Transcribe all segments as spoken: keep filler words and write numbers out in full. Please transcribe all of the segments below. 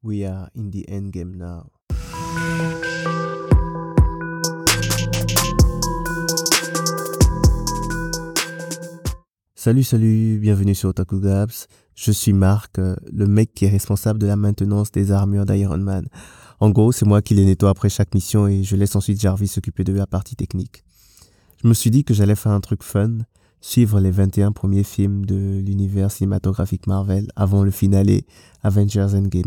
We are in the endgame now. Salut, salut, bienvenue sur Otaku Gabs. Je suis Marc, euh, le mec qui est responsable de la maintenance des armures d'Iron Man. En gros, c'est moi qui les nettoie après chaque mission et je laisse ensuite Jarvis s'occuper de la partie technique. Je me suis dit que j'allais faire un truc fun, suivre les vingt et un premiers films de l'univers cinématographique Marvel avant le finale Avengers Endgame.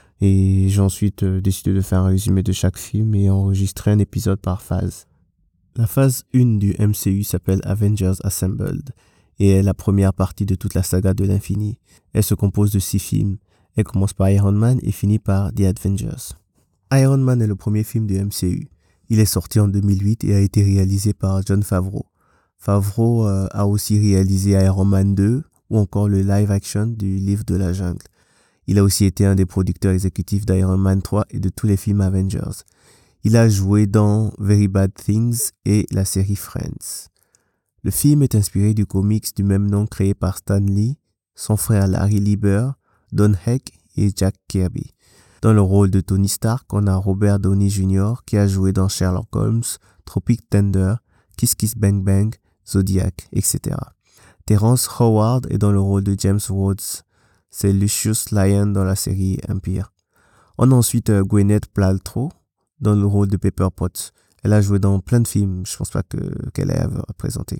Et j'ai ensuite euh, décidé de faire un résumé de chaque film et enregistrer un épisode par phase. La phase un du M C U s'appelle Avengers Assembled et est la première partie de toute la saga de l'infini. Elle se compose de six films. Elle commence par Iron Man et finit par The Avengers. Iron Man est le premier film du M C U. Il est sorti en deux mille huit et a été réalisé par Jon Favreau. Favreau euh, a aussi réalisé Iron Man deux ou encore le live action du Livre de la Jungle. Il a aussi été un des producteurs exécutifs d'Iron Man trois et de tous les films Avengers. Il a joué dans Very Bad Things et la série Friends. Le film est inspiré du comics du même nom créé par Stan Lee, son frère Larry Lieber, Don Heck et Jack Kirby. Dans le rôle de Tony Stark, on a Robert Downey junior qui a joué dans Sherlock Holmes, Tropic Thunder, Kiss Kiss Bang Bang, Zodiac, et cetera. Terrence Howard est dans le rôle de James Rhodes. C'est Lucius Lyon dans la série Empire. On a ensuite euh, Gwyneth Paltrow dans le rôle de Pepper Potts. Elle a joué dans plein de films, je pense pas que, qu'elle ait représenté.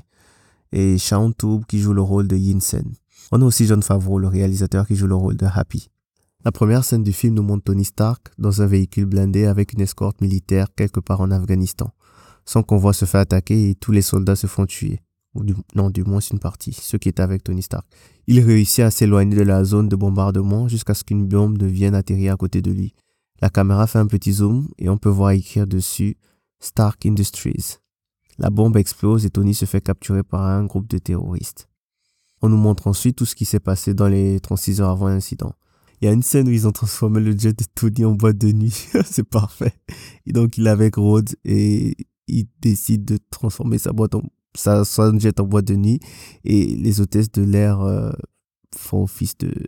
Et Shaun Toub qui joue le rôle de Yinsen. On a aussi Jon Favreau, le réalisateur, qui joue le rôle de Happy. La première scène du film nous montre Tony Stark dans un véhicule blindé avec une escorte militaire quelque part en Afghanistan. Son convoi se fait attaquer et tous les soldats se font tuer. Ou du, non, du moins une partie, ceux qui étaient avec Tony Stark. Il réussit à s'éloigner de la zone de bombardement jusqu'à ce qu'une bombe ne vienne atterrir à côté de lui. La caméra fait un petit zoom et on peut voir écrire dessus Stark Industries. La bombe explose et Tony se fait capturer par un groupe de terroristes. On nous montre ensuite tout ce qui s'est passé dans les trente-six heures avant l'incident. Il y a une scène où ils ont transformé le jet de Tony en boîte de nuit. C'est parfait. Et donc il est avec Rhodes et il décide de transformer sa boîte en Ça son jet en boîte de nuit et les hôtesses de l'air euh, font office de...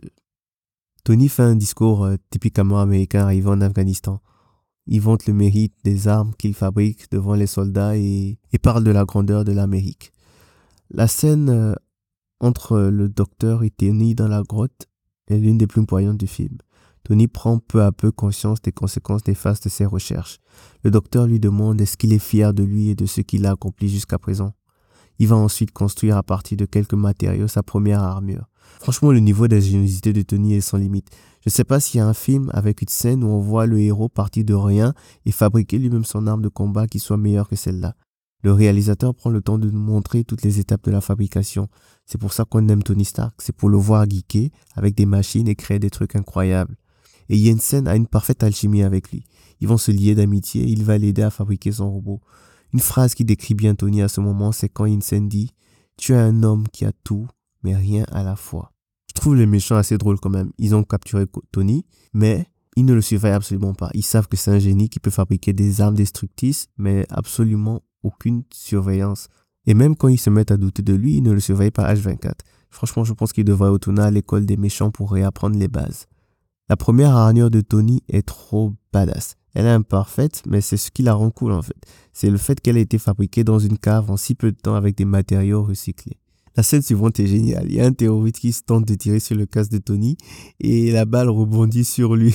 Tony fait un discours euh, typiquement américain arrivé en Afghanistan. Il vante le mérite des armes qu'il fabrique devant les soldats et, et parle de la grandeur de l'Amérique. La scène euh, entre le docteur et Tony dans la grotte est l'une des plus poignantes du film. Tony prend peu à peu conscience des conséquences néfastes de ses recherches. Le docteur lui demande est-ce qu'il est fier de lui et de ce qu'il a accompli jusqu'à présent. Il va ensuite construire à partir de quelques matériaux sa première armure. Franchement, le niveau d'ingéniosité de Tony est sans limite. Je ne sais pas s'il y a un film avec une scène où on voit le héros partir de rien et fabriquer lui-même son arme de combat qui soit meilleure que celle-là. Le réalisateur prend le temps de nous montrer toutes les étapes de la fabrication. C'est pour ça qu'on aime Tony Stark. C'est pour le voir geeker avec des machines et créer des trucs incroyables. Et Jensen a une parfaite alchimie avec lui. Ils vont se lier d'amitié et il va l'aider à fabriquer son robot. Une phrase qui décrit bien Tony à ce moment, c'est quand Yinsen dit « Tu es un homme qui a tout, mais rien à la fois ». Je trouve les méchants assez drôles quand même. Ils ont capturé Tony, mais ils ne le surveillent absolument pas. Ils savent que c'est un génie qui peut fabriquer des armes destructrices, mais absolument aucune surveillance. Et même quand ils se mettent à douter de lui, ils ne le surveillent pas H vingt-quatre. Franchement, je pense qu'il devrait retourner à l'école des méchants pour réapprendre les bases. La première armure de Tony est trop badass. Elle est imparfaite, mais c'est ce qui la rend cool en fait. C'est le fait qu'elle ait été fabriquée dans une cave en si peu de temps avec des matériaux recyclés. La scène suivante est géniale. Il y a un terroriste qui se tente de tirer sur le casque de Tony et la balle rebondit sur lui.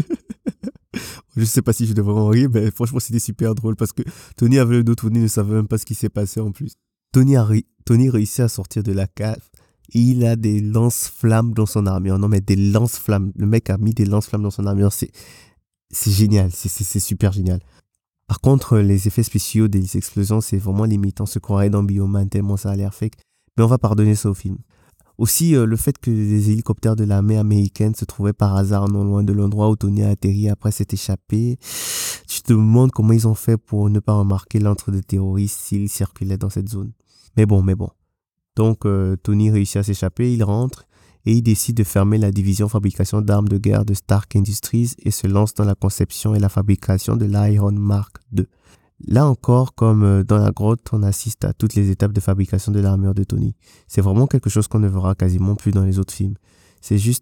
Je ne sais pas si je devrais en rire, mais franchement c'était super drôle parce que Tony avait le dos tourné, ne savait même pas ce qui s'est passé en plus. Tony a ri- Tony réussit à sortir de la cave. Et il a des lance-flammes dans son armure. Non mais des lance-flammes. Le mec a mis des lance-flammes dans son armure. C'est, c'est génial. C'est, c'est, c'est super génial. Par contre, les effets spéciaux des explosions, c'est vraiment limitant. On se croirait dans Bioman tellement ça a l'air fake. Mais on va pardonner ça au film. Aussi, euh, le fait que les hélicoptères de l'armée américaine se trouvaient par hasard non loin de l'endroit où Tony a atterri après s'être échappé. Tu te demandes comment ils ont fait pour ne pas remarquer l'entre des terroristes s'ils circulaient dans cette zone. Mais bon, mais bon. Donc, euh, Tony réussit à s'échapper, il rentre et il décide de fermer la division fabrication d'armes de guerre de Stark Industries et se lance dans la conception et la fabrication de l'Iron Mark deux. Là encore, comme dans la grotte, on assiste à toutes les étapes de fabrication de l'armure de Tony. C'est vraiment quelque chose qu'on ne verra quasiment plus dans les autres films. C'est juste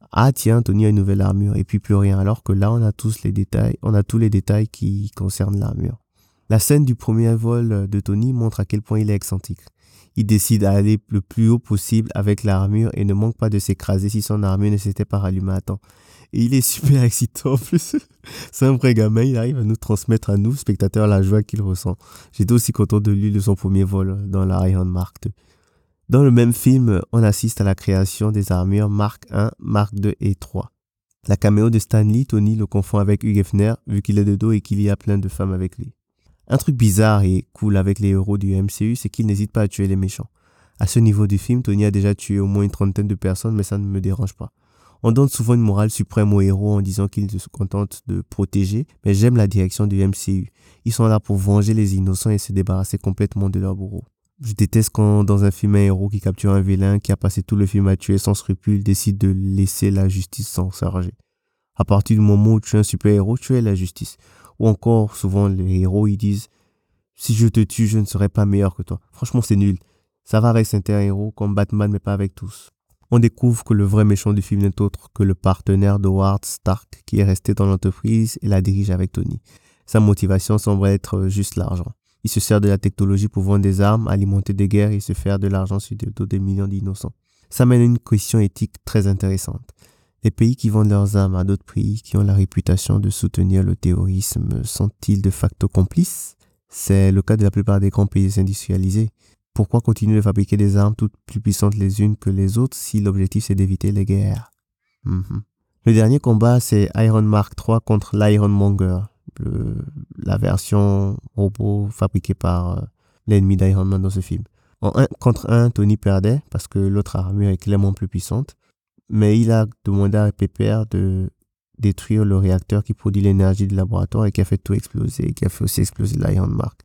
Ah tiens, Tony a une nouvelle armure et puis plus rien. Alors que là, on a tous les détails, on a tous les détails qui concernent l'armure. La scène du premier vol de Tony montre à quel point il est excentrique. Il décide d'aller le plus haut possible avec l'armure et ne manque pas de s'écraser si son armure ne s'était pas rallumée à temps. Et il est super excitant en plus. C'est un vrai gamin, il arrive à nous transmettre à nous, spectateurs, la joie qu'il ressent. J'étais aussi content de lui de son premier vol dans la Iron Mark deux. Dans le même film, on assiste à la création des armures Mark un, Mark deux et trois. La caméo de Stan Lee, Tony le confond avec Hugh Hefner vu qu'il est de dos et qu'il y a plein de femmes avec lui. Un truc bizarre et cool avec les héros du M C U, c'est qu'ils n'hésitent pas à tuer les méchants. À ce niveau du film, Tony a déjà tué au moins une trentaine de personnes, mais ça ne me dérange pas. On donne souvent une morale suprême aux héros en disant qu'ils se contentent de protéger, mais j'aime la direction du M C U. Ils sont là pour venger les innocents et se débarrasser complètement de leurs bourreaux. Je déteste quand dans un film un héros qui capture un vilain qui a passé tout le film à tuer sans scrupule décide de laisser la justice s'en charger. À partir du moment où tu es un super héros, tu es la justice. Ou encore, souvent les héros ils disent « Si je te tue, je ne serai pas meilleur que toi ». Franchement, c'est nul. Ça va avec certains héros comme Batman, mais pas avec tous. On découvre que le vrai méchant du film n'est autre que le partenaire d'Howard Stark qui est resté dans l'entreprise et la dirige avec Tony. Sa motivation semble être juste l'argent. Il se sert de la technologie pour vendre des armes, alimenter des guerres et se faire de l'argent sur le dos des millions d'innocents. Ça mène à une question éthique très intéressante. Les pays qui vendent leurs armes à d'autres pays qui ont la réputation de soutenir le terrorisme sont-ils de facto complices? C'est le cas de la plupart des grands pays industrialisés. Pourquoi continuer de fabriquer des armes toutes plus puissantes les unes que les autres si l'objectif c'est d'éviter les guerres? Mm-hmm. Le dernier combat c'est Iron Mark trois contre l'Ironmonger. Le, la version robot fabriquée par euh, l'ennemi d'Iron Man dans ce film. En un contre un, Tony perdait parce que l'autre armure est clairement plus puissante, mais il a demandé à Pepper de détruire le réacteur qui produit l'énergie du laboratoire et qui a fait tout exploser, et qui a fait aussi exploser l'Iron Mark.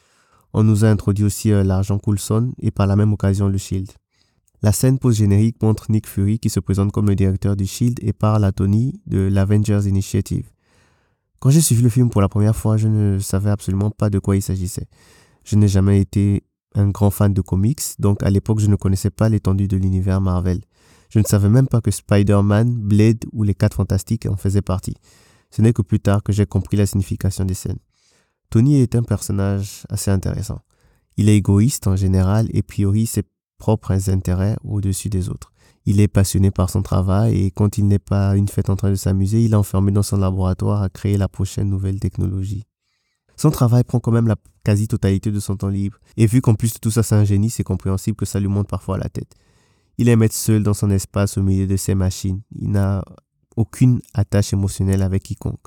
On nous a introduit aussi euh, l'agent Coulson et par la même occasion le Shield. La scène post-générique montre Nick Fury qui se présente comme le directeur du Shield et parle à Tony de l'Avengers Initiative. Quand j'ai suivi le film pour la première fois, je ne savais absolument pas de quoi il s'agissait. Je n'ai jamais été un grand fan de comics, donc à l'époque je ne connaissais pas l'étendue de l'univers Marvel. Je ne savais même pas que Spider-Man, Blade ou les Quatre Fantastiques en faisaient partie. Ce n'est que plus tard que j'ai compris la signification des scènes. Tony est un personnage assez intéressant. Il est égoïste en général et priorise ses propres intérêts au-dessus des autres. Il est passionné par son travail et quand il n'est pas à une fête en train de s'amuser, il est enfermé dans son laboratoire à créer la prochaine nouvelle technologie. Son travail prend quand même la quasi-totalité de son temps libre. Et vu qu'en plus de tout ça c'est un génie, c'est compréhensible que ça lui monte parfois à la tête. Il aime être seul dans son espace au milieu de ses machines. Il n'a aucune attache émotionnelle avec quiconque.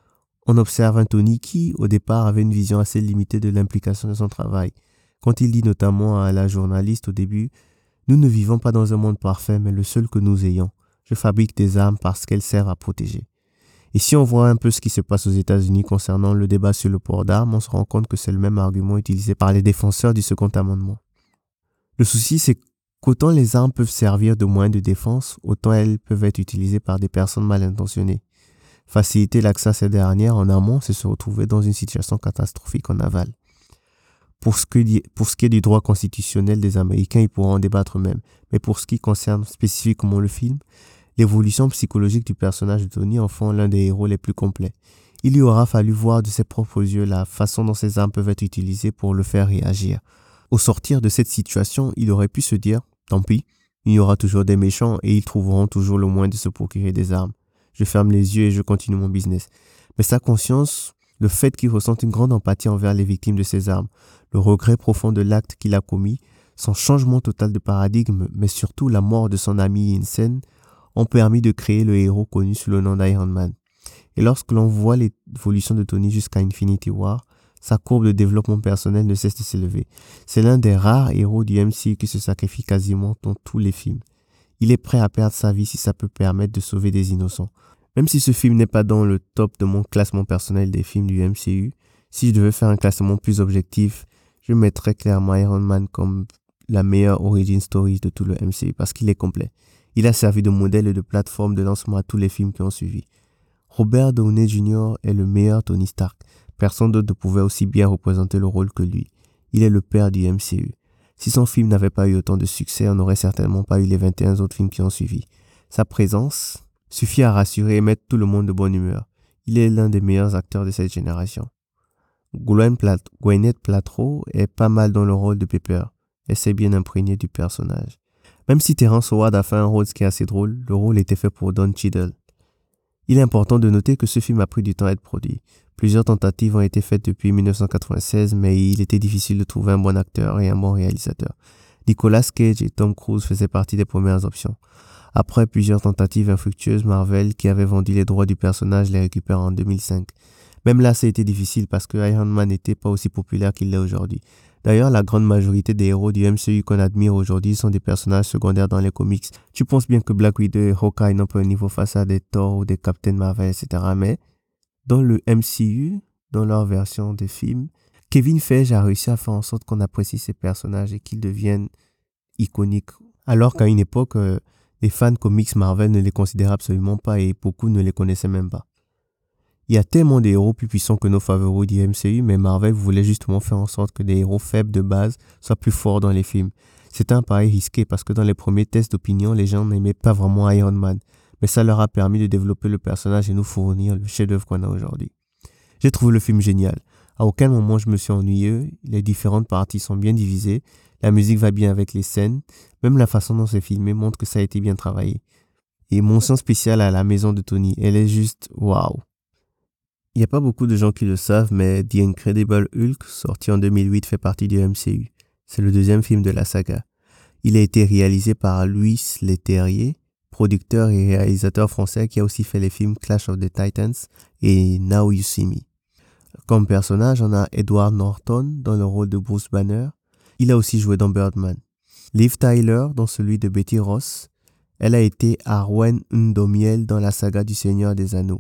On observe un Tony qui, au départ, avait une vision assez limitée de l'implication de son travail. Quand il dit notamment à la journaliste au début « Nous ne vivons pas dans un monde parfait, mais le seul que nous ayons. Je fabrique des armes parce qu'elles servent à protéger. » Et si on voit un peu ce qui se passe aux États-Unis concernant le débat sur le port d'armes, on se rend compte que c'est le même argument utilisé par les défenseurs du Second Amendement. Le souci, c'est qu'autant les armes peuvent servir de moyen de défense, autant elles peuvent être utilisées par des personnes mal intentionnées. Faciliter l'accès à ces dernières en amont, c'est se retrouver dans une situation catastrophique en aval. Pour ce, que, pour ce qui est du droit constitutionnel des Américains, ils pourront en débattre eux-mêmes. Mais pour ce qui concerne spécifiquement le film, l'évolution psychologique du personnage de Tony en font l'un des héros les plus complets. Il lui aura fallu voir de ses propres yeux la façon dont ces armes peuvent être utilisées pour le faire réagir. Au sortir de cette situation, il aurait pu se dire « Tant pis, il y aura toujours des méchants et ils trouveront toujours le moyen de se procurer des armes. Je ferme les yeux et je continue mon business. » Mais sa conscience, le fait qu'il ressente une grande empathie envers les victimes de ces armes, le regret profond de l'acte qu'il a commis, son changement total de paradigme, mais surtout la mort de son ami Yinsen, ont permis de créer le héros connu sous le nom d'Iron Man. Et lorsque l'on voit l'évolution de Tony jusqu'à Infinity War, sa courbe de développement personnel ne cesse de s'élever. C'est l'un des rares héros du M C U qui se sacrifie quasiment dans tous les films. Il est prêt à perdre sa vie si ça peut permettre de sauver des innocents. Même si ce film n'est pas dans le top de mon classement personnel des films du M C U, si je devais faire un classement plus objectif, je mettrais clairement Iron Man comme la meilleure origin story de tout le M C U parce qu'il est complet. Il a servi de modèle et de plateforme de lancement à tous les films qui ont suivi. Robert Downey junior est le meilleur Tony Stark. Personne d'autre ne pouvait aussi bien représenter le rôle que lui. Il est le père du M C U. Si son film n'avait pas eu autant de succès, on n'aurait certainement pas eu les vingt et un autres films qui ont suivi. Sa présence suffit à rassurer et mettre tout le monde de bonne humeur. Il est l'un des meilleurs acteurs de cette génération. Gwen Plat- Gwyneth Paltrow est pas mal dans le rôle de Pepper. Elle s'est bien imprégnée du personnage. Même si Terrence Howard a fait un rôle qui est assez drôle, le rôle était fait pour Don Cheadle. Il est important de noter que ce film a pris du temps à être produit. Plusieurs tentatives ont été faites depuis mille neuf cent quatre-vingt-seize, mais il était difficile de trouver un bon acteur et un bon réalisateur. Nicolas Cage et Tom Cruise faisaient partie des premières options. Après plusieurs tentatives infructueuses, Marvel, qui avait vendu les droits du personnage, les récupère en deux mille cinq. Même là, ça a été difficile parce que Iron Man n'était pas aussi populaire qu'il l'est aujourd'hui. D'ailleurs, la grande majorité des héros du M C U qu'on admire aujourd'hui sont des personnages secondaires dans les comics. Tu penses bien que Black Widow et Hawkeye n'ont pas un niveau face à des Thor ou des Captain Marvel, et cetera. Mais dans le M C U, dans leur version de film, Kevin Feige a réussi à faire en sorte qu'on apprécie ces personnages et qu'ils deviennent iconiques. Alors qu'à une époque, euh, les fans comics Marvel ne les considéraient absolument pas et beaucoup ne les connaissaient même pas. Il y a tellement de héros plus puissants que nos favoris du M C U, mais Marvel voulait justement faire en sorte que des héros faibles de base soient plus forts dans les films. C'était un pari risqué parce que dans les premiers tests d'opinion, les gens n'aimaient pas vraiment Iron Man. Mais ça leur a permis de développer le personnage et nous fournir le chef-d'œuvre qu'on a aujourd'hui. J'ai trouvé le film génial. À aucun moment je me suis ennuyeux, les différentes parties sont bien divisées, la musique va bien avec les scènes, même la façon dont c'est filmé montre que ça a été bien travaillé. Et mention spéciale à la maison de Tony, elle est juste waouh. Il n'y a pas beaucoup de gens qui le savent, mais The Incredible Hulk, sorti en deux mille huit, fait partie du M C U. C'est le deuxième film de la saga. Il a été réalisé par Louis Leterrier, producteur et réalisateur français qui a aussi fait les films Clash of the Titans et Now You See Me. Comme personnage, on a Edward Norton dans le rôle de Bruce Banner. Il a aussi joué dans Birdman. Liv Tyler dans celui de Betty Ross. Elle a été Arwen Ndomiel dans la saga du Seigneur des Anneaux.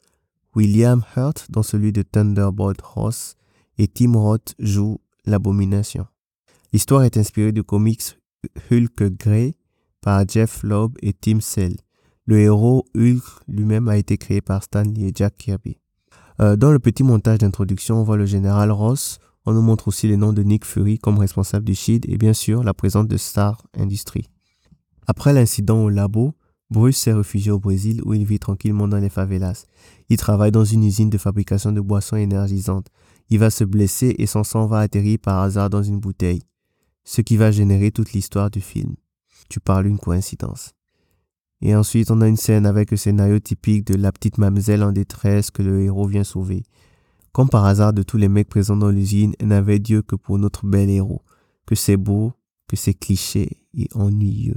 William Hurt dans celui de Thunderbolt Ross et Tim Roth joue l'Abomination. L'histoire est inspirée du comics Hulk Grey par Jeff Loeb et Tim Sale. Le héros Hulk lui-même a été créé par Stan Lee et Jack Kirby. Euh, dans le petit montage d'introduction, on voit le général Ross. On nous montre aussi les noms de Nick Fury comme responsable du S H I E L D et bien sûr la présence de Star Industries. Après l'incident au labo, Bruce s'est réfugié au Brésil où il vit tranquillement dans les favelas. Il travaille dans une usine de fabrication de boissons énergisantes. Il va se blesser et son sang va atterrir par hasard dans une bouteille. Ce qui va générer toute l'histoire du film. Tu parles d'une coïncidence. Et ensuite, on a une scène avec le scénario typique de la petite mamzelle en détresse que le héros vient sauver. Comme par hasard de tous les mecs présents dans l'usine, elle n'avait Dieu que pour notre bel héros. Que c'est beau, que c'est cliché et ennuyeux.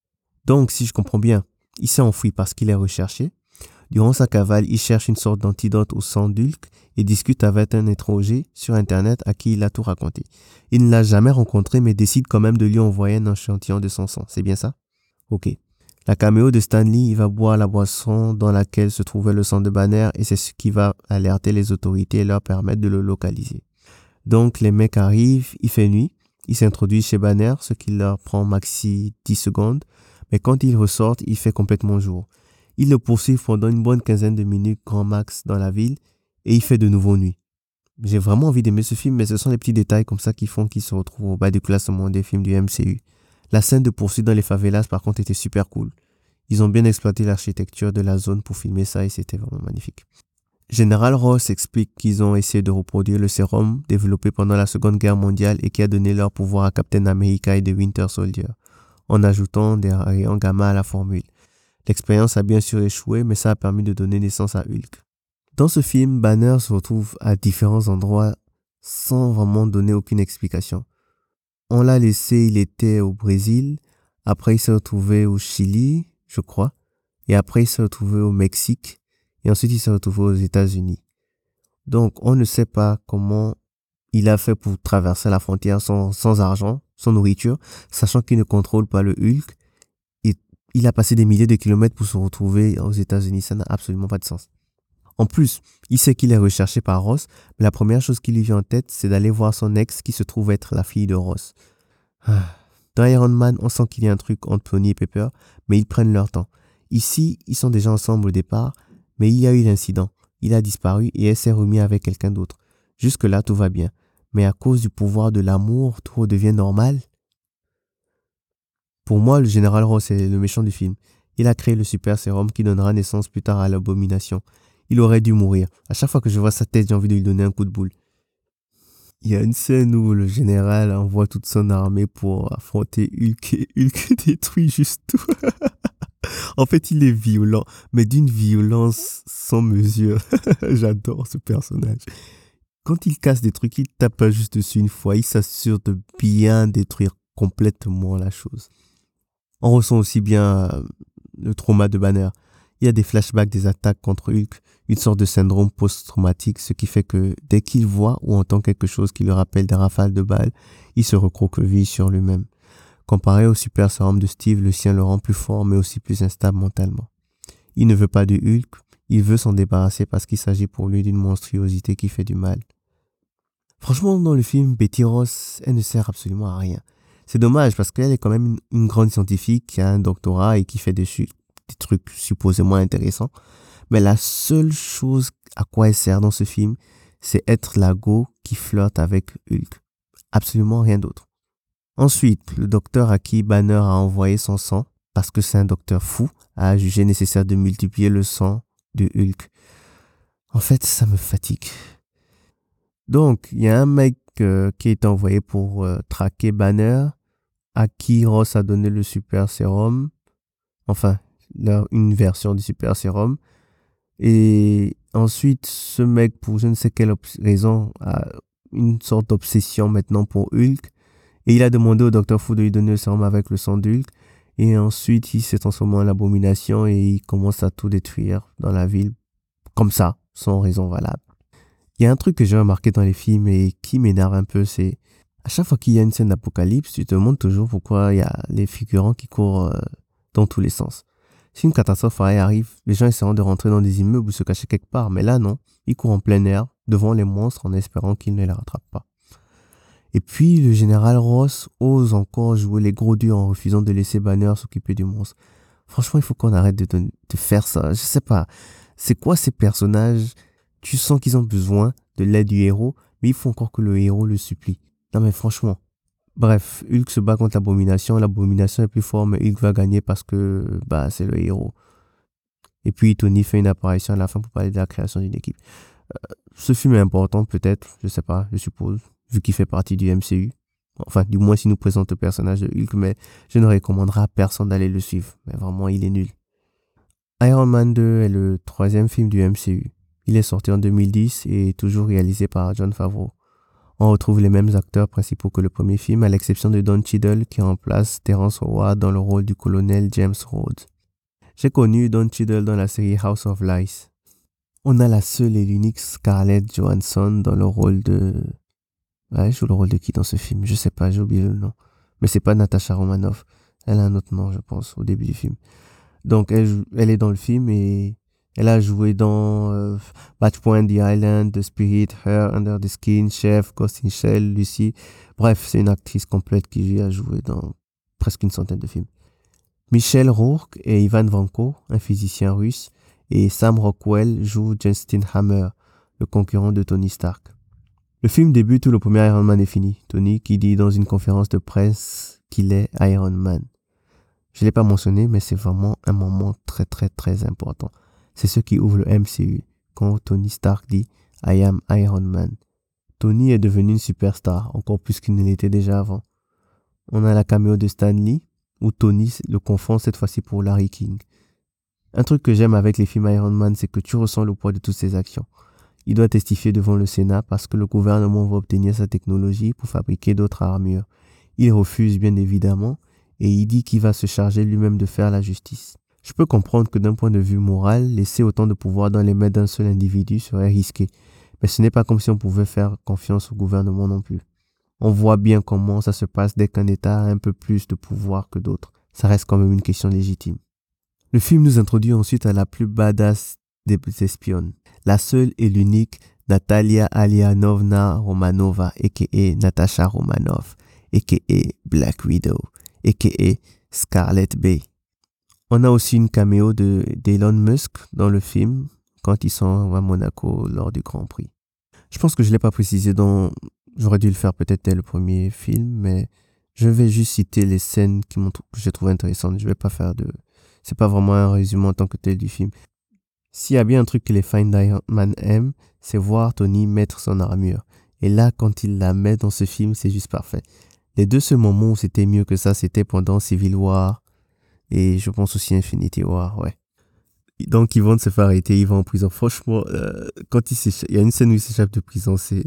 Donc, si je comprends bien, il s'est enfoui parce qu'il est recherché. Durant sa cavale, il cherche une sorte d'antidote au sang d'Hulk et discute avec un étranger sur Internet à qui il a tout raconté. Il ne l'a jamais rencontré mais décide quand même de lui envoyer un échantillon de son sang. C'est bien ça? Ok. La caméo de Stan Lee, il va boire la boisson dans laquelle se trouvait le sang de Banner et c'est ce qui va alerter les autorités et leur permettre de le localiser. Donc les mecs arrivent, il fait nuit, ils s'introduisent chez Banner, ce qui leur prend maxi dix secondes, mais quand ils ressortent, il fait complètement jour. Ils le poursuivent pendant une bonne quinzaine de minutes grand max dans la ville et il fait de nouveau nuit. J'ai vraiment envie d'aimer ce film, mais ce sont les petits détails comme ça qui font qu'il se retrouve au bas du classement des films du M C U. La scène de poursuite dans les favelas, par contre, était super cool. Ils ont bien exploité l'architecture de la zone pour filmer ça et c'était vraiment magnifique. General Ross explique qu'ils ont essayé de reproduire le sérum développé pendant la Seconde Guerre mondiale et qui a donné leur pouvoir à Captain America et The Winter Soldier, en ajoutant des rayons gamma à la formule. L'expérience a bien sûr échoué, mais ça a permis de donner naissance à Hulk. Dans ce film, Banner se retrouve à différents endroits sans vraiment donner aucune explication. On l'a laissé, il était au Brésil, après il s'est retrouvé au Chili, je crois, et après il s'est retrouvé au Mexique, et ensuite il s'est retrouvé aux États-Unis. Donc on ne sait pas comment il a fait pour traverser la frontière sans, sans argent, sans nourriture, sachant qu'il ne contrôle pas le Hulk, et il a passé des milliers de kilomètres pour se retrouver aux États-Unis, ça n'a absolument pas de sens. En plus, il sait qu'il est recherché par Ross, mais la première chose qui lui vient en tête, c'est d'aller voir son ex qui se trouve être la fille de Ross. Dans Iron Man, on sent qu'il y a un truc entre Tony et Pepper, mais ils prennent leur temps. Ici, ils sont déjà ensemble au départ, mais il y a eu l'incident. Il a disparu et elle s'est remise avec quelqu'un d'autre. Jusque-là, tout va bien. Mais à cause du pouvoir de l'amour, tout redevient normal. Pour moi, le général Ross est le méchant du film. Il a créé le super sérum qui donnera naissance plus tard à l'abomination. Il aurait dû mourir. À chaque fois que je vois sa tête, j'ai envie de lui donner un coup de boule. Il y a une scène où le général envoie toute son armée pour affronter Hulk et Hulk détruit juste tout. En fait, il est violent, mais d'une violence sans mesure. J'adore ce personnage. Quand il casse des trucs, il tape pas juste dessus une fois, il s'assure de bien détruire complètement la chose. On ressent aussi bien euh, le trauma de Banner. Il y a des flashbacks des attaques contre Hulk, une sorte de syndrome post-traumatique, ce qui fait que dès qu'il voit ou entend quelque chose qui lui rappelle des rafales de balles, il se recroqueville sur lui-même. Comparé au super sérum de Steve, le sien le rend plus fort mais aussi plus instable mentalement. Il ne veut pas du Hulk, il veut s'en débarrasser parce qu'il s'agit pour lui d'une monstruosité qui fait du mal. Franchement, dans le film, Betty Ross, elle ne sert absolument à rien. C'est dommage parce qu'elle est quand même une, une grande scientifique qui a un doctorat et qui fait des, des trucs supposément intéressants. Mais la seule chose à quoi elle sert dans ce film, c'est être la go qui flirte avec Hulk. Absolument rien d'autre. Ensuite, le docteur à qui Banner a envoyé son sang, parce que c'est un docteur fou, a jugé nécessaire de multiplier le sang de Hulk. En fait, ça me fatigue. Donc, il y a un mec euh, qui est envoyé pour euh, traquer Banner, à qui Ross a donné le super sérum, enfin, leur, une version du super sérum. Et ensuite, ce mec, pour je ne sais quelle raison, a une sorte d'obsession maintenant pour Hulk. Et il a demandé au docteur Fu de lui donner le sérum avec le sang d'Hulk. Et ensuite, il s'est transformé en abomination et il commence à tout détruire dans la ville. Comme ça, sans raison valable. Il y a un truc que j'ai remarqué dans les films et qui m'énerve un peu, c'est à chaque fois qu'il y a une scène d'apocalypse, tu te demandes toujours pourquoi il y a les figurants qui courent euh, dans tous les sens. Si une catastrophe arrive, les gens essaieront de rentrer dans des immeubles ou se cacher quelque part. Mais là, non. Ils courent en plein air, devant les monstres, en espérant qu'ils ne les rattrapent pas. Et puis, le général Ross ose encore jouer les gros dieux en refusant de laisser Banner s'occuper du monstre. Franchement, il faut qu'on arrête de, de, de faire ça. Je sais pas. C'est quoi ces personnages? Tu sens qu'ils ont besoin de l'aide du héros, mais il faut encore que le héros le supplie. Non mais franchement. Bref, Hulk se bat contre l'abomination. L'abomination est plus fort, mais Hulk va gagner parce que bah c'est le héros. Et puis Tony fait une apparition à la fin pour parler de la création d'une équipe. Euh, ce film est important peut-être, je sais pas, je suppose, vu qu'il fait partie du M C U. Enfin, du moins s'il nous présente le personnage de Hulk, mais je ne recommanderais à personne d'aller le suivre. Mais vraiment, il est nul. Iron Man deux est le troisième film du M C U. Il est sorti en deux mille dix et est toujours réalisé par Jon Favreau. On retrouve les mêmes acteurs principaux que le premier film, à l'exception de Don Cheadle qui remplace Terrence Howard dans le rôle du colonel James Rhodes. J'ai connu Don Cheadle dans la série House of Lies. On a la seule et l'unique Scarlett Johansson dans le rôle de... Ouais, elle joue le rôle de qui dans ce film? Je sais pas, j'ai oublié le nom. Mais c'est pas Natasha Romanoff. Elle a un autre nom, je pense, au début du film. Donc, elle, elle est dans le film et elle a joué dans euh, Matchpoint, The Island, The Spirit, Her, Under the Skin, Chef, Ghost in Shell, Lucy. Bref, c'est une actrice complète qui a joué dans presque une centaine de films. Michel Rourke et Ivan Vanko, un physicien russe, et Sam Rockwell jouent Justin Hammer, le concurrent de Tony Stark. Le film débute où le premier Iron Man est fini. Tony qui dit dans une conférence de presse qu'il est Iron Man. Je ne l'ai pas mentionné, mais c'est vraiment un moment très très très important. C'est ce qui ouvre le M C U, quand Tony Stark dit « I am Iron Man ». Tony est devenu une superstar, encore plus qu'il ne l'était déjà avant. On a la caméo de Stan Lee, où Tony le confond cette fois-ci pour Larry King. Un truc que j'aime avec les films Iron Man, c'est que tu ressens le poids de toutes ses actions. Il doit testifier devant le Sénat parce que le gouvernement va obtenir sa technologie pour fabriquer d'autres armures. Il refuse bien évidemment et il dit qu'il va se charger lui-même de faire la justice. Je peux comprendre que d'un point de vue moral, laisser autant de pouvoir dans les mains d'un seul individu serait risqué. Mais ce n'est pas comme si on pouvait faire confiance au gouvernement non plus. On voit bien comment ça se passe dès qu'un État a un peu plus de pouvoir que d'autres. Ça reste quand même une question légitime. Le film nous introduit ensuite à la plus badass des espionnes. La seule et l'unique Natalia Alianovna Romanova, aka Natasha Romanoff, aka Black Widow, aka Scarlet Bay. On a aussi une caméo de d'Elon Musk dans le film quand ils sont à Monaco lors du Grand Prix. Je pense que je ne l'ai pas précisé dans... J'aurais dû le faire peut-être dès le premier film, mais je vais juste citer les scènes qui m'ont, que j'ai trouvé intéressantes. Je ne vais pas faire de c'est pas vraiment un résumé en tant que tel du film. S'il y a bien un truc que les fans d'Iron Man aiment, c'est voir Tony mettre son armure. Et là, quand il la met dans ce film, c'est juste parfait. Les deux seuls moments où c'était mieux que ça, c'était pendant Civil War et je pense aussi Infinity War, ouais. Donc ils vont se faire arrêter, ils vont en prison. Franchement, euh, quand il s'échappe, il y a une scène où il s'échappe de prison, c'est...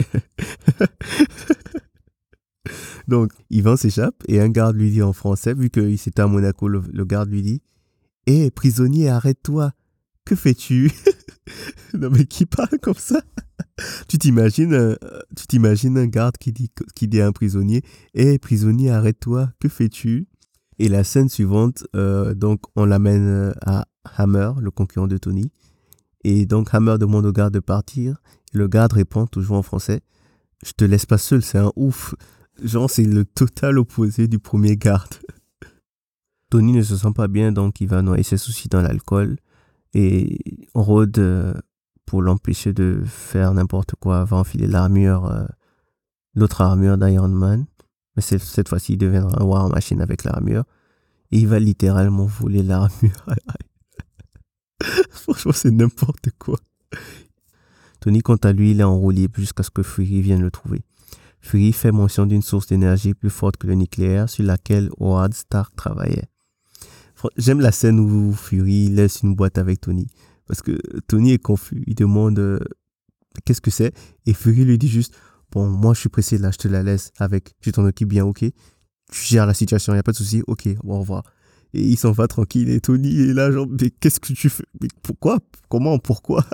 Donc, Yvan s'échappe et un garde lui dit en français, vu qu'il s'était à Monaco, le, le garde lui dit « Hé, hey, prisonnier, arrête-toi, que fais-tu » Non mais qui parle comme ça? Tu t'imagines, euh, tu t'imagines un garde qui dit, qui dit à un prisonnier « Hé, hey, prisonnier, arrête-toi, que fais-tu » Et la scène suivante, euh, donc on l'amène à Hammer, le concurrent de Tony. Et donc Hammer demande au garde de partir. Et le garde répond toujours en français « Je te laisse pas seul, c'est un ouf ». Genre, c'est le total opposé du premier garde. Tony ne se sent pas bien, donc il va noyer ses soucis dans l'alcool. Et on rôde euh, pour l'empêcher de faire n'importe quoi, va enfiler l'armure, euh, l'autre armure d'Iron Man. Mais cette fois-ci, il deviendra un War Machine avec l'armure. Et il va littéralement voler l'armure. Franchement, c'est n'importe quoi. Tony, quant à lui, il est en roue libre jusqu'à ce que Fury vienne le trouver. Fury fait mention d'une source d'énergie plus forte que le nucléaire sur laquelle Howard Stark travaillait. J'aime la scène où Fury laisse une boîte avec Tony. Parce que Tony est confus. Il demande euh, qu'est-ce que c'est. Et Fury lui dit juste bon, moi je suis pressé là, je te la laisse avec. Je t'en occupe bien, ok. Tu gères la situation, il n'y a pas de souci. Ok, bon, au revoir. Et il s'en va tranquille. Et Tony est là, genre, mais qu'est-ce que tu fais? Mais pourquoi? Comment? Pourquoi?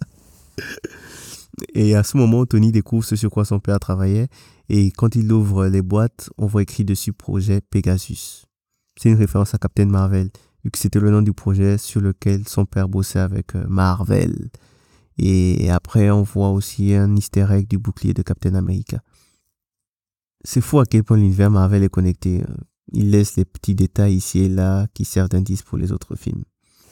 Et à ce moment, Tony découvre ce sur quoi son père travaillait. Et quand il ouvre les boîtes, on voit écrit dessus projet Pegasus. C'est une référence à Captain Marvel, vu que c'était le nom du projet sur lequel son père bossait avec Marvel. Et après, on voit aussi un easter egg du bouclier de Captain America. C'est fou à quel point l'univers Marvel est connecté. Il laisse les petits détails ici et là qui servent d'indice pour les autres films.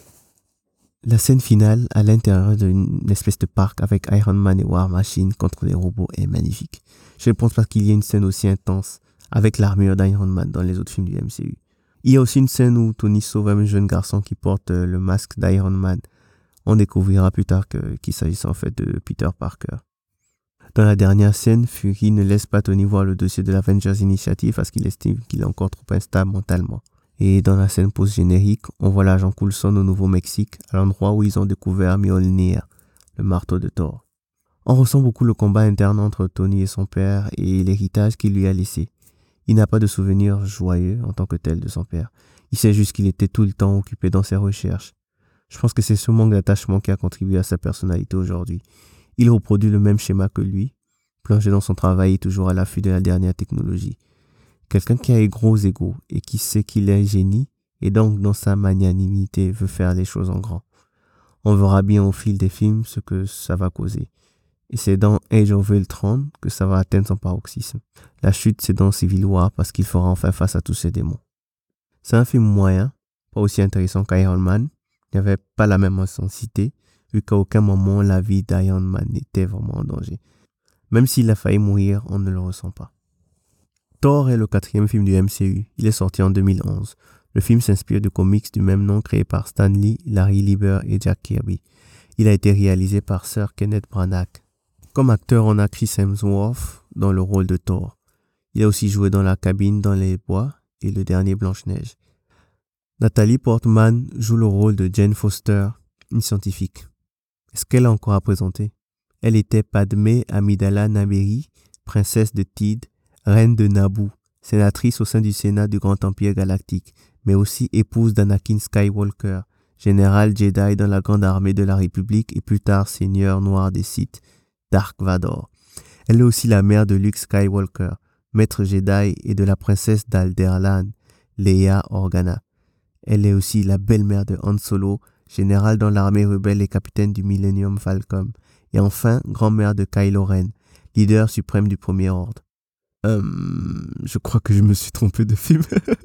La scène finale, à l'intérieur d'une espèce de parc avec Iron Man et War Machine contre les robots est magnifique. Je ne pense pas qu'il y ait une scène aussi intense avec l'armure d'Iron Man dans les autres films du M C U. Il y a aussi une scène où Tony sauve un jeune garçon qui porte le masque d'Iron Man. On découvrira plus tard que, qu'il s'agissait en fait de Peter Parker. Dans la dernière scène, Fury ne laisse pas Tony voir le dossier de l'Avengers Initiative parce qu'il estime qu'il est encore trop instable mentalement. Et dans la scène post-générique, on voit l'agent Coulson au Nouveau-Mexique, à l'endroit où ils ont découvert Mjolnir, le marteau de Thor. On ressent beaucoup le combat interne entre Tony et son père et l'héritage qu'il lui a laissé. Il n'a pas de souvenirs joyeux en tant que tel de son père. Il sait juste qu'il était tout le temps occupé dans ses recherches. Je pense que c'est ce manque d'attachement qui a contribué à sa personnalité aujourd'hui. Il reproduit le même schéma que lui, plongé dans son travail et toujours à l'affût de la dernière technologie. Quelqu'un qui a un gros ego et qui sait qu'il est un génie et donc dans sa magnanimité veut faire les choses en grand. On verra bien au fil des films ce que ça va causer. Et c'est dans Age of Ultron que ça va atteindre son paroxysme. La chute, c'est dans Civil War parce qu'il fera enfin face à tous ces démons. C'est un film moyen, pas aussi intéressant qu'Iron Man. Il n'y avait pas la même intensité, vu qu'à aucun moment la vie d'Iron Man n'était vraiment en danger. Même s'il a failli mourir, on ne le ressent pas. Thor est le quatrième film du M C U. Il est sorti en deux mille onze. Le film s'inspire du comics du même nom créé par Stan Lee, Larry Lieber et Jack Kirby. Il a été réalisé par Sir Kenneth Branagh. Comme acteur, on a Chris Hemsworth dans le rôle de Thor. Il a aussi joué dans La cabine dans les bois et Le dernier Blanche-Neige. Nathalie Portman joue le rôle de Jane Foster, une scientifique. Est-ce qu'elle a encore à présenter? Elle était Padmé Amidala Nameri, princesse de Tid, reine de Naboo, sénatrice au sein du Sénat du Grand Empire Galactique, mais aussi épouse d'Anakin Skywalker, général Jedi dans la Grande Armée de la République et plus tard seigneur noir des Sith, Dark Vador. Elle est aussi la mère de Luke Skywalker, maître Jedi, et de la princesse d'Alderaan, Leia Organa. Elle est aussi la belle-mère de Han Solo, général dans l'armée rebelle et capitaine du Millennium Falcon, et enfin grand-mère de Kylo Ren, leader suprême du Premier Ordre. Euh, je crois que je me suis trompé de film.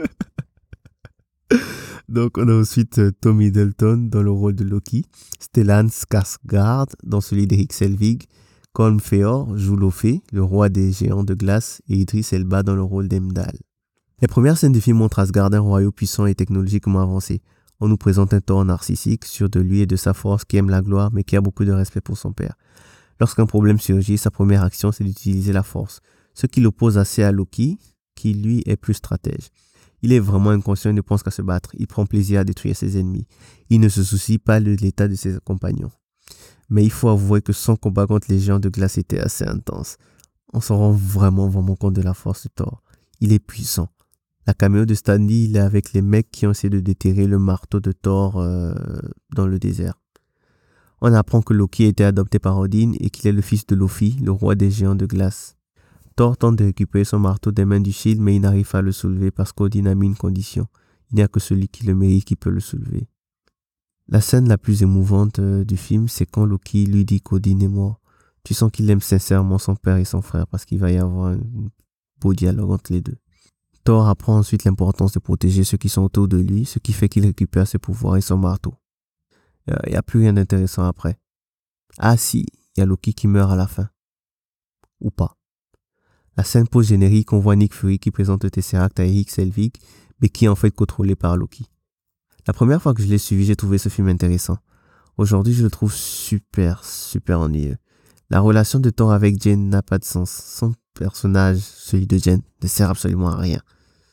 Donc on a ensuite euh, Tom Hiddleston dans le rôle de Loki, Stellan Skarsgård dans celui d'Eric Selvig, Colm Feore joue Lofé, le roi des géants de glace, et Idris Elba dans le rôle d'Heimdall. Les premières scènes du film montrent Asgard un royaume puissant et technologiquement avancé. On nous présente un Thor narcissique, sûr de lui et de sa force, qui aime la gloire, mais qui a beaucoup de respect pour son père. Lorsqu'un problème surgit, sa première action, c'est d'utiliser la force, ce qui l'oppose assez à Loki, qui lui est plus stratège. Il est vraiment inconscient et ne pense qu'à se battre. Il prend plaisir à détruire ses ennemis. Il ne se soucie pas de l'état de ses compagnons. Mais il faut avouer que son combat contre les géants de glace était assez intense. On s'en rend vraiment, vraiment compte de la force de Thor. Il est puissant. La caméo de Stan Lee, il est avec les mecs qui ont essayé de déterrer le marteau de Thor euh, dans le désert. On apprend que Loki a été adopté par Odin et qu'il est le fils de Loki, le roi des géants de glace. Thor tente de récupérer son marteau des mains du Shield, mais il n'arrive pas à le soulever parce qu'Odin a mis une condition. Il n'y a que celui qui le mérite qui peut le soulever. La scène la plus émouvante euh, du film, c'est quand Loki lui dit qu'Odin est mort. Tu sens qu'il aime sincèrement son père et son frère parce qu'il va y avoir un beau dialogue entre les deux. Thor apprend ensuite l'importance de protéger ceux qui sont autour de lui, ce qui fait qu'il récupère ses pouvoirs et son marteau. Il euh, n'y a plus rien d'intéressant après. Ah si, il y a Loki qui meurt à la fin. Ou pas. La scène post-générique, on voit Nick Fury qui présente le Tesseract à Eric Selvig, mais qui est en fait contrôlé par Loki. La première fois que je l'ai suivi, j'ai trouvé ce film intéressant. Aujourd'hui, je le trouve super, super ennuyeux. La relation de Thor avec Jane n'a pas de sens. Son personnage, celui de Jane, ne sert absolument à rien.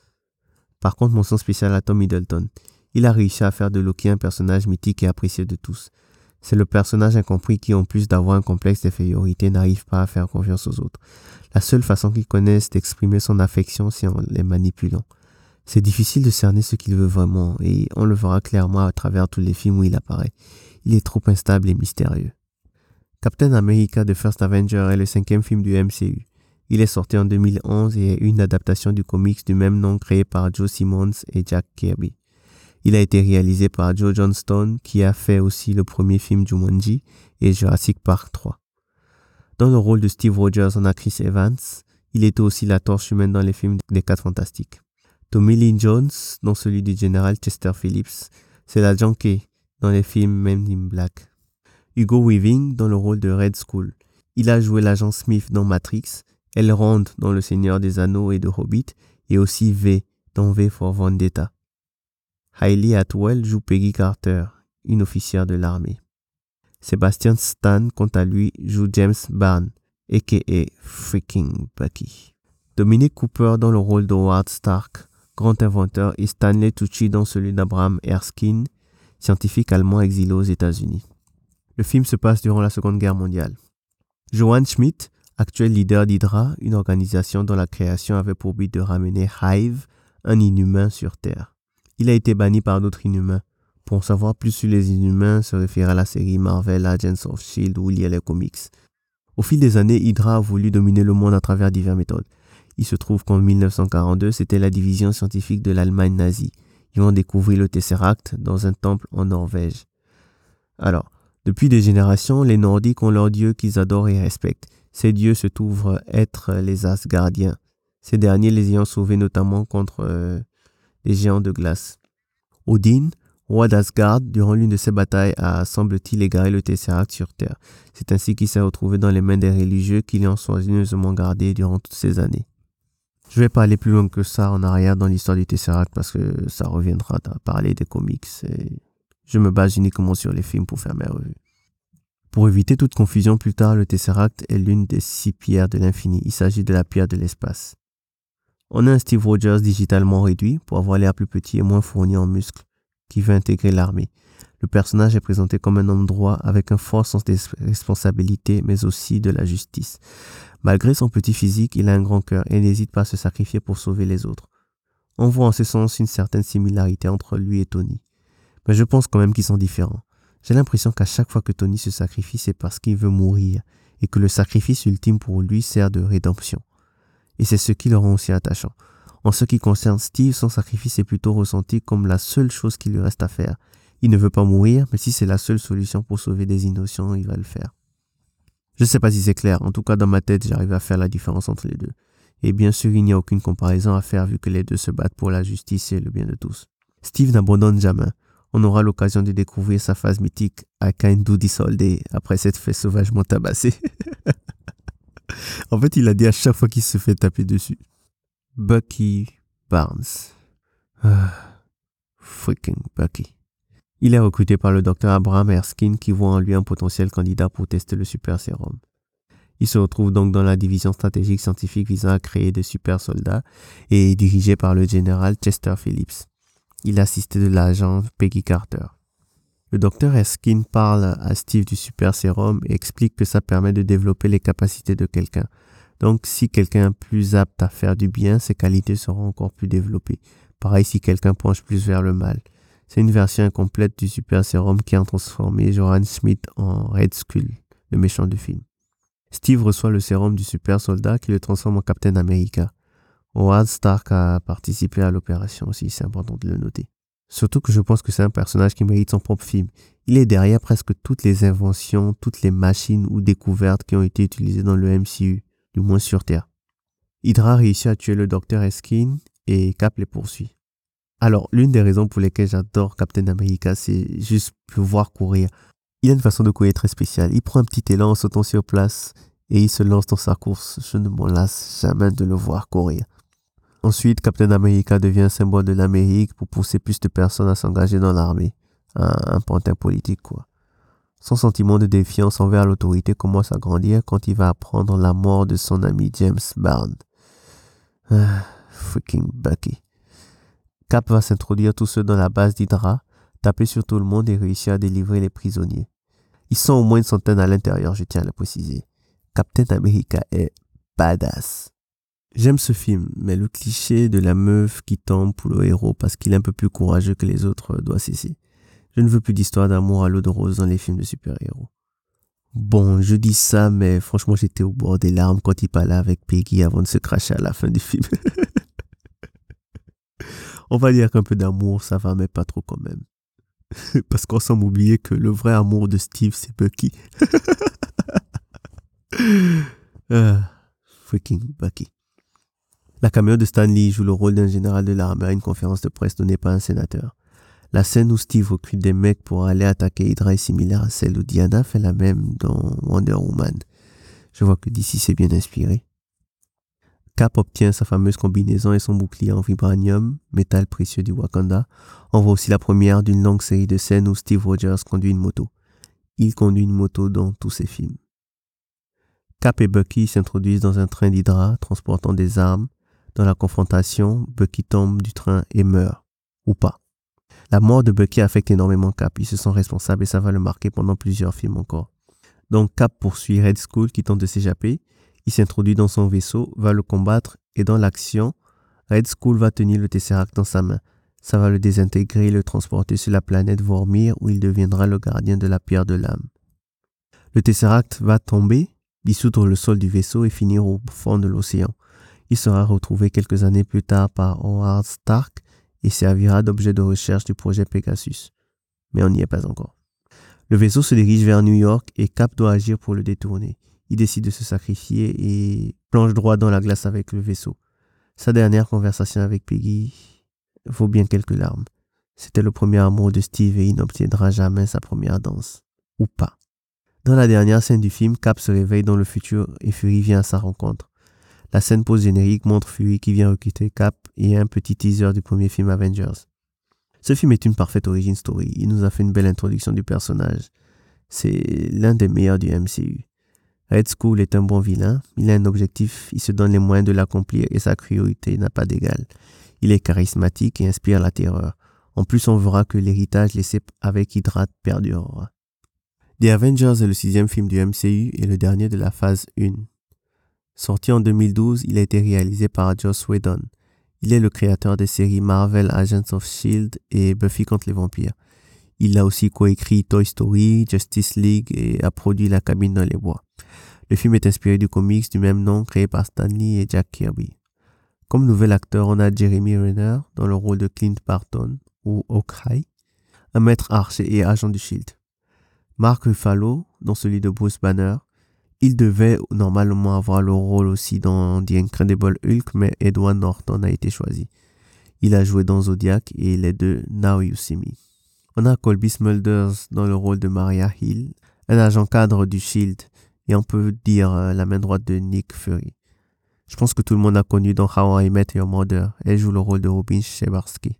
Par contre, mention spéciale à Tom Hiddleston. Il a réussi à faire de Loki un personnage mythique et apprécié de tous. C'est le personnage incompris qui, en plus d'avoir un complexe d'infériorité, n'arrive pas à faire confiance aux autres. La seule façon qu'il connaisse d'exprimer son affection, c'est en les manipulant. C'est difficile de cerner ce qu'il veut vraiment, et on le verra clairement à travers tous les films où il apparaît. Il est trop instable et mystérieux. Captain America The First Avenger est le cinquième film du M C U. Il est sorti en deux mille onze et est une adaptation du comics du même nom créé par Joe Simmons et Jack Kirby. Il a été réalisé par Joe Johnston, qui a fait aussi le premier film Jumanji et Jurassic Park trois. Dans le rôle de Steve Rogers, on a Chris Evans. Il était aussi la torche humaine dans les films des quatre Fantastiques. Tommy Lee Jones, dans celui du général Chester Phillips. C'est l'agent K dans les films Men in Black. Hugo Weaving dans le rôle de Red Skull. Il a joué l'agent Smith dans Matrix, Elrond dans Le Seigneur des Anneaux et de Hobbit, et aussi V dans V for Vendetta. Hayley Atwell joue Peggy Carter, une officière de l'armée. Sebastian Stan, quant à lui, joue James Barnes, aka Freaking Bucky. Dominic Cooper dans le rôle d'Howard Stark, grand inventeur, et Stanley Tucci dans celui d'Abraham Erskine, scientifique allemand exilé aux États-Unis. Le film se passe durant la Seconde Guerre mondiale. Johann Schmidt, actuel leader d'Hydra, une organisation dont la création avait pour but de ramener Hive, un inhumain, sur Terre. Il a été banni par d'autres inhumains. Pour en savoir plus sur les inhumains, se référer à la série Marvel Agents of Shield ou lire les comics. Au fil des années, Hydra a voulu dominer le monde à travers diverses méthodes. Il se trouve qu'en mille neuf cent quarante-deux, c'était la division scientifique de l'Allemagne nazie. Ils ont découvert le Tesseract dans un temple en Norvège. Alors, depuis des générations, les Nordiques ont leurs dieux qu'ils adorent et respectent. Ces dieux se trouvent être les Asgardiens. Ces derniers les ayant sauvés notamment contre euh, les géants de glace. Odin, roi d'Asgard, durant l'une de ses batailles, a, semble-t-il, égaré le Tesseract sur Terre. C'est ainsi qu'il s'est retrouvé dans les mains des religieux qui l'ont soigneusement gardé durant toutes ces années. Je vais pas aller plus loin que ça en arrière dans l'histoire du Tesseract parce que ça reviendra à parler des comics et je me base uniquement sur les films pour faire mes revues. Pour éviter toute confusion plus tard, le Tesseract est l'une des six pierres de l'infini. Il s'agit de la pierre de l'espace. On a un Steve Rogers digitalement réduit pour avoir l'air plus petit et moins fourni en muscles, qui veut intégrer l'armée. Le personnage est présenté comme un homme droit avec un fort sens des responsabilités mais aussi de la justice. Malgré son petit physique, il a un grand cœur et n'hésite pas à se sacrifier pour sauver les autres. On voit en ce sens une certaine similarité entre lui et Tony. Mais je pense quand même qu'ils sont différents. J'ai l'impression qu'à chaque fois que Tony se sacrifie, c'est parce qu'il veut mourir et que le sacrifice ultime pour lui sert de rédemption. Et c'est ce qui le rend aussi attachant. En ce qui concerne Steve, son sacrifice est plutôt ressenti comme la seule chose qui lui reste à faire. Il ne veut pas mourir, mais si c'est la seule solution pour sauver des innocents, il va le faire. Je ne sais pas si c'est clair, en tout cas dans ma tête, j'arrive à faire la différence entre les deux. Et bien sûr, il n'y a aucune comparaison à faire vu que les deux se battent pour la justice et le bien de tous. Steve n'abandonne jamais. On aura l'occasion de découvrir sa phase mythique I Can't Do This All Day après s'être fait sauvagement tabasser. En fait, il a dit à chaque fois qu'il se fait taper dessus. Bucky Barnes. Ah, freaking Bucky. Il est recruté par le docteur Abraham Erskine qui voit en lui un potentiel candidat pour tester le super sérum. Il se retrouve donc dans la division stratégique scientifique visant à créer de super soldats et est dirigé par le général Chester Phillips. Il est assisté de l'agent Peggy Carter. Le docteur Erskine parle à Steve du super sérum et explique que ça permet de développer les capacités de quelqu'un. Donc si quelqu'un est plus apte à faire du bien, ses qualités seront encore plus développées. Pareil si quelqu'un penche plus vers le mal. C'est une version incomplète du super sérum qui a transformé Johann Schmidt en Red Skull, le méchant du film. Steve reçoit le sérum du super soldat qui le transforme en Captain America. Howard Stark a participé à l'opération aussi, c'est important de le noter. Surtout que je pense que c'est un personnage qui mérite son propre film. Il est derrière presque toutes les inventions, toutes les machines ou découvertes qui ont été utilisées dans le M C U, du moins sur Terre. Hydra réussit à tuer le docteur Erskine et Cap les poursuit. Alors, l'une des raisons pour lesquelles j'adore Captain America, c'est juste le voir courir. Il a une façon de courir très spéciale. Il prend un petit élan en sautant sur place et il se lance dans sa course. Je ne m'en lasse jamais de le voir courir. Ensuite, Captain America devient un symbole de l'Amérique pour pousser plus de personnes à s'engager dans l'armée. Un, un pantin politique, quoi. Son sentiment de défiance envers l'autorité commence à grandir quand il va apprendre la mort de son ami James Bond. Ah, freaking Bucky. Cap va s'introduire tout seul dans la base d'Hydra, taper sur tout le monde et réussir à délivrer les prisonniers. Ils sont au moins une centaine à l'intérieur, je tiens à le préciser. Captain America est badass. J'aime ce film, mais le cliché de la meuf qui tombe pour le héros parce qu'il est un peu plus courageux que les autres doit cesser. Je ne veux plus d'histoire d'amour à l'eau de rose dans les films de super-héros. Bon, je dis ça, mais franchement, j'étais au bord des larmes quand il parlait avec Peggy avant de se cracher à la fin du film. On va dire qu'un peu d'amour, ça va, mais pas trop quand même. Parce qu'on semble oublier que le vrai amour de Steve, c'est Bucky. ah, freaking Bucky. La caméo de Stan Lee joue le rôle d'un général de l'armée à une conférence de presse donnée par un sénateur. La scène où Steve recrute des mecs pour aller attaquer Hydra est similaire à celle où Diana fait la même dans Wonder Woman. Je vois que D C s'est bien inspiré. Cap obtient sa fameuse combinaison et son bouclier en vibranium, métal précieux du Wakanda. On voit aussi la première d'une longue série de scènes où Steve Rogers conduit une moto. Il conduit une moto dans tous ses films. Cap et Bucky s'introduisent dans un train d'Hydra transportant des armes. Dans la confrontation, Bucky tombe du train et meurt. Ou pas. La mort de Bucky affecte énormément Cap. Il se sent responsable et ça va le marquer pendant plusieurs films encore. Donc Cap poursuit Red Skull qui tente de s'échapper. Il s'introduit dans son vaisseau, va le combattre et dans l'action, Red Skull va tenir le Tesseract dans sa main. Ça va le désintégrer et le transporter sur la planète Vormir où il deviendra le gardien de la pierre de l'âme. Le Tesseract va tomber, dissoudre le sol du vaisseau et finir au fond de l'océan. Il sera retrouvé quelques années plus tard par Howard Stark et servira d'objet de recherche du projet Pegasus. Mais on n'y est pas encore. Le vaisseau se dirige vers New York et Cap doit agir pour le détourner. Il décide de se sacrifier et plonge droit dans la glace avec le vaisseau. Sa dernière conversation avec Peggy vaut bien quelques larmes. C'était le premier amour de Steve et il n'obtiendra jamais sa première danse. Ou pas. Dans la dernière scène du film, Cap se réveille dans le futur et Fury vient à sa rencontre. La scène post-générique montre Fury qui vient recruter Cap et un petit teaser du premier film Avengers. Ce film est une parfaite origin story. Il nous a fait une belle introduction du personnage. C'est l'un des meilleurs du M C U. Red Skull est un bon vilain. Il a un objectif, il se donne les moyens de l'accomplir et sa cruauté n'a pas d'égal. Il est charismatique et inspire la terreur. En plus, on verra que l'héritage laissé avec Hydra perdurera. The Avengers est le sixième film du M C U et le dernier de la phase un. Sorti en deux mille douze, il a été réalisé par Joss Whedon. Il est le créateur des séries Marvel Agents of Shield et Buffy contre les vampires. Il a aussi coécrit Toy Story, Justice League et a produit La cabine dans les bois. Le film est inspiré du comics du même nom créé par Stan Lee et Jack Kirby. Comme nouvel acteur, on a Jeremy Renner dans le rôle de Clint Barton ou Hawkeye, un maître archer et agent du Shield. Mark Ruffalo dans celui de Bruce Banner. Il devait normalement avoir le rôle aussi dans The Incredible Hulk, mais Edward Norton a été choisi. Il a joué dans Zodiac et les deux Now You See Me. On a Colby Smulders dans le rôle de Maria Hill, un agent cadre du Shield, et on peut dire euh, la main droite de Nick Fury. Je pense que tout le monde a connu dans How I Met Your Mother. Elle joue le rôle de Robin Scherbatsky.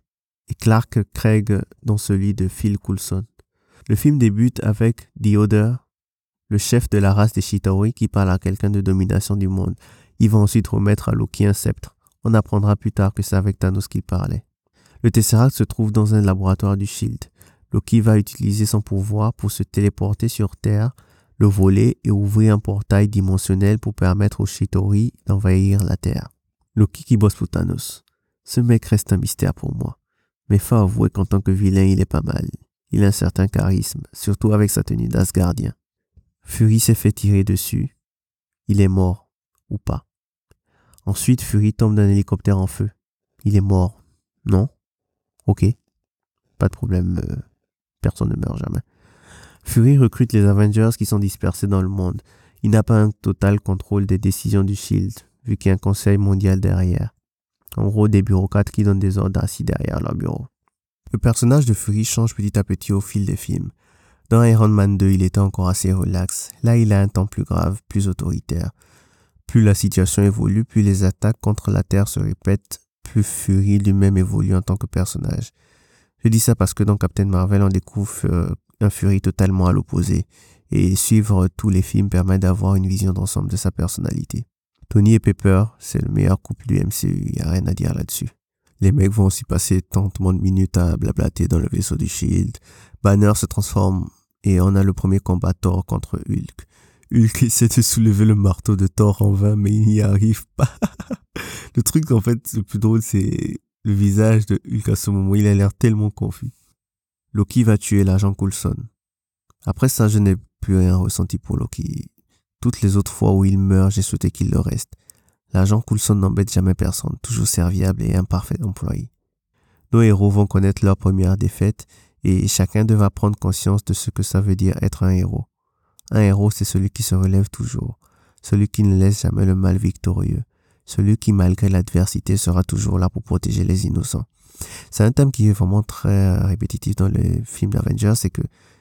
et Clark Craig dans celui de Phil Coulson. Le film débute avec The Other, le chef de la race des Chitauri qui parle à quelqu'un de domination du monde. Il va ensuite remettre à Loki un sceptre. On apprendra plus tard que c'est avec Thanos qu'il parlait. Le Tesseract se trouve dans un laboratoire du Shield. Loki va utiliser son pouvoir pour se téléporter sur Terre, le voler et ouvrir un portail dimensionnel pour permettre aux Chitauri d'envahir la Terre. Loki qui bosse pour Thanos. Ce mec reste un mystère pour moi. Mais faut avouer qu'en tant que vilain, il est pas mal. Il a un certain charisme, surtout avec sa tenue d'Asgardien. Fury s'est fait tirer dessus. Il est mort, ou pas. Ensuite, Fury tombe d'un hélicoptère en feu. Il est mort. Non? Ok. Pas de problème. Euh, personne ne meurt jamais. Fury recrute les Avengers qui sont dispersés dans le monde. Il n'a pas un total contrôle des décisions du Shield, vu qu'il y a un conseil mondial derrière. En gros, des bureaucrates qui donnent des ordres assis derrière leur bureau. Le personnage de Fury change petit à petit au fil des films. Dans Iron Man deux, il était encore assez relax. Là, il a un ton plus grave, plus autoritaire. Plus la situation évolue, plus les attaques contre la Terre se répètent, plus Fury lui-même évolue en tant que personnage. Je dis ça parce que dans Captain Marvel, on découvre euh, un Fury totalement à l'opposé. Et suivre tous les films permet d'avoir une vision d'ensemble de sa personnalité. Tony et Pepper, c'est le meilleur couple du M C U, il n'y a rien à dire là-dessus. Les mecs vont aussi passer tant de minutes à blablater dans le vaisseau du Shield. Banner se transforme et on a le premier combat Thor contre Hulk. Hulk essaie de soulever le marteau de Thor en vain, mais il n'y arrive pas. Le truc, en fait, le plus drôle, c'est le visage de Hulk à ce moment. Il a l'air tellement confus. Loki va tuer l'agent Coulson. Après ça, je n'ai plus rien ressenti pour Loki. Toutes les autres fois où il meurt, j'ai souhaité qu'il le reste. L'agent Coulson n'embête jamais personne, toujours serviable et un parfait employé. Nos héros vont connaître leur première défaite et chacun devra prendre conscience de ce que ça veut dire être un héros. Un héros, c'est celui qui se relève toujours, celui qui ne laisse jamais le mal victorieux, celui qui, malgré l'adversité, sera toujours là pour protéger les innocents. C'est un thème qui est vraiment très répétitif dans les films d'Avengers, c'est que,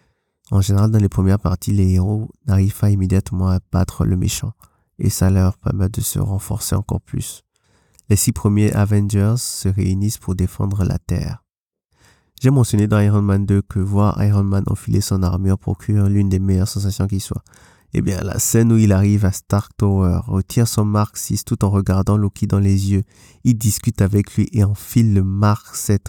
en général, dans les premières parties, les héros n'arrivent pas immédiatement à battre le méchant, et ça leur permet de se renforcer encore plus. Les six premiers Avengers se réunissent pour défendre la Terre. J'ai mentionné dans Iron Man deux que voir Iron Man enfiler son armure procure l'une des meilleures sensations qui soit. Eh bien, la scène où il arrive à Stark Tower, retire son Mark six tout en regardant Loki dans les yeux, il discute avec lui et enfile le Mark sept.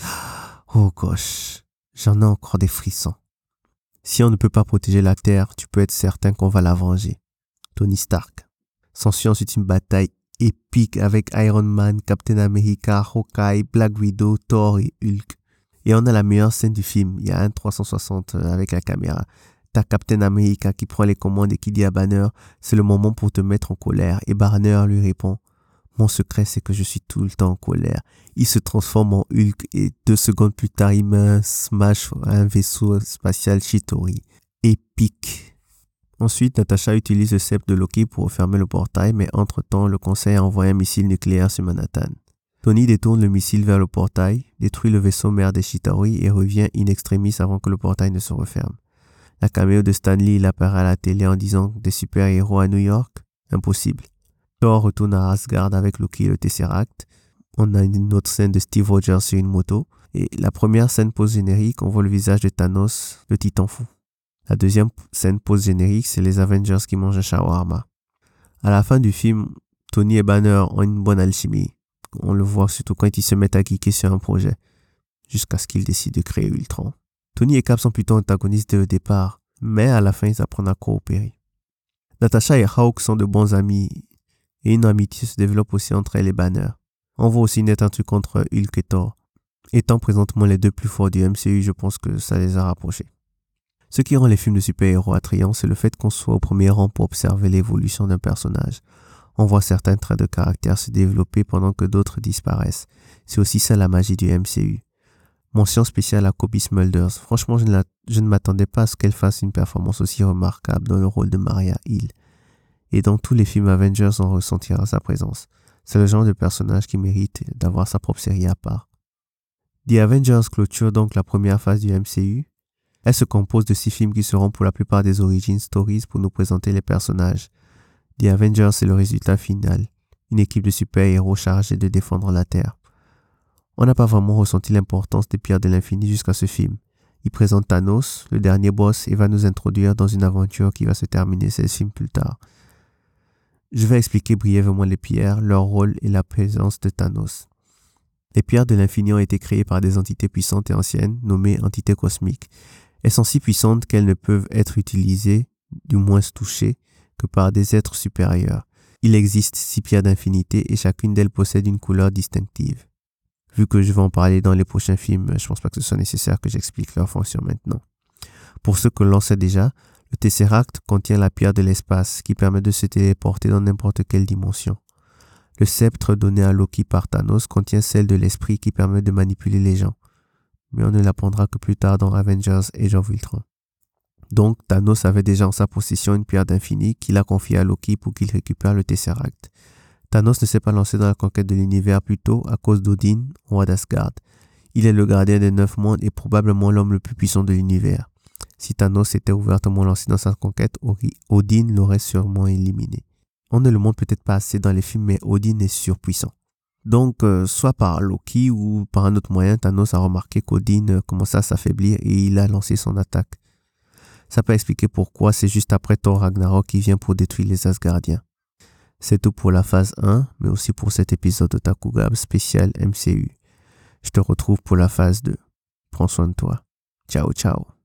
Oh gosh, j'en ai encore des frissons. Si on ne peut pas protéger la Terre, tu peux être certain qu'on va la venger. Tony Stark. S'ensuit ensuite une bataille épique avec Iron Man, Captain America, Hawkeye, Black Widow, Thor et Hulk. Et on a la meilleure scène du film. Il y a un trois cent soixante avec la caméra. T'as Captain America qui prend les commandes et qui dit à Banner, c'est le moment pour te mettre en colère. Et Banner lui répond, mon secret c'est que je suis tout le temps en colère. Il se transforme en Hulk et deux secondes plus tard, il met un smash à un vaisseau spatial Chitauri. Épique. Ensuite, Natasha utilise le sceptre de Loki pour refermer le portail, mais entre-temps, le conseil a envoyé un missile nucléaire sur Manhattan. Tony détourne le missile vers le portail, détruit le vaisseau mère des Chitauri et revient in extremis avant que le portail ne se referme. La caméo de Stan Lee, il apparaît à la télé en disant des super-héros à New York? Impossible. Thor retourne à Asgard avec Loki et le Tesseract. On a une autre scène de Steve Rogers sur une moto. Et la première scène post-générique, on voit le visage de Thanos, le titan fou. La deuxième scène post-générique, c'est les Avengers qui mangent un shawarma. À la fin du film, Tony et Banner ont une bonne alchimie. On le voit surtout quand ils se mettent à geeker sur un projet, jusqu'à ce qu'ils décident de créer Ultron. Tony et Cap sont plutôt antagonistes dès le départ, mais à la fin, ils apprennent à coopérer. Natasha et Hawk sont de bons amis, et une amitié se développe aussi entre elle et Banner. On voit aussi naître un truc entre Hulk et Thor. Étant présentement les deux plus forts du M C U, je pense que ça les a rapprochés. Ce qui rend les films de super-héros attrayants, c'est le fait qu'on soit au premier rang pour observer l'évolution d'un personnage. On voit certains traits de caractère se développer pendant que d'autres disparaissent. C'est aussi ça la magie du M C U. Mention spéciale à Cobie Smulders. Franchement, je ne, la, je ne m'attendais pas à ce qu'elle fasse une performance aussi remarquable dans le rôle de Maria Hill. Et dans tous les films Avengers, on ressentira sa présence. C'est le genre de personnage qui mérite d'avoir sa propre série à part. The Avengers clôture donc la première phase du M C U. Elle se compose de six films qui seront pour la plupart des origin stories pour nous présenter les personnages. The Avengers est le résultat final, une équipe de super-héros chargée de défendre la Terre. On n'a pas vraiment ressenti l'importance des pierres de l'infini jusqu'à ce film. Il présente Thanos, le dernier boss, et va nous introduire dans une aventure qui va se terminer seize films plus tard. Je vais expliquer brièvement les pierres, leur rôle et la présence de Thanos. Les pierres de l'infini ont été créées par des entités puissantes et anciennes, nommées entités cosmiques. Elles sont si puissantes qu'elles ne peuvent être utilisées, du moins touchées, que par des êtres supérieurs. Il existe six pierres d'infinité et chacune d'elles possède une couleur distinctive. Vu que je vais en parler dans les prochains films, je pense pas que ce soit nécessaire que j'explique leur fonction maintenant. Pour ceux que l'on sait déjà, le Tesseract contient la pierre de l'espace qui permet de se téléporter dans n'importe quelle dimension. Le sceptre donné à Loki par Thanos contient celle de l'esprit qui permet de manipuler les gens. Mais on ne l'apprendra que plus tard dans Avengers Age of Ultron. Donc Thanos avait déjà en sa possession une pierre d'infini qu'il a confiée à Loki pour qu'il récupère le Tesseract. Thanos ne s'est pas lancé dans la conquête de l'univers plutôt à cause d'Odin, roi d'Asgard. Il est le gardien des neuf mondes et probablement l'homme le plus puissant de l'univers. Si Thanos s'était ouvertement lancé dans sa conquête, Odin l'aurait sûrement éliminé. On ne le montre peut-être pas assez dans les films, mais Odin est surpuissant. Donc, euh, soit par Loki ou par un autre moyen, Thanos a remarqué qu'Odin euh, commençait à s'affaiblir et il a lancé son attaque. Ça peut expliquer pourquoi c'est juste après Thor Ragnarok qui vient pour détruire les Asgardiens. C'est tout pour la phase un, mais aussi pour cet épisode de Otaku Gab spécial M C U. Je te retrouve pour la phase deux. Prends soin de toi. Ciao, ciao.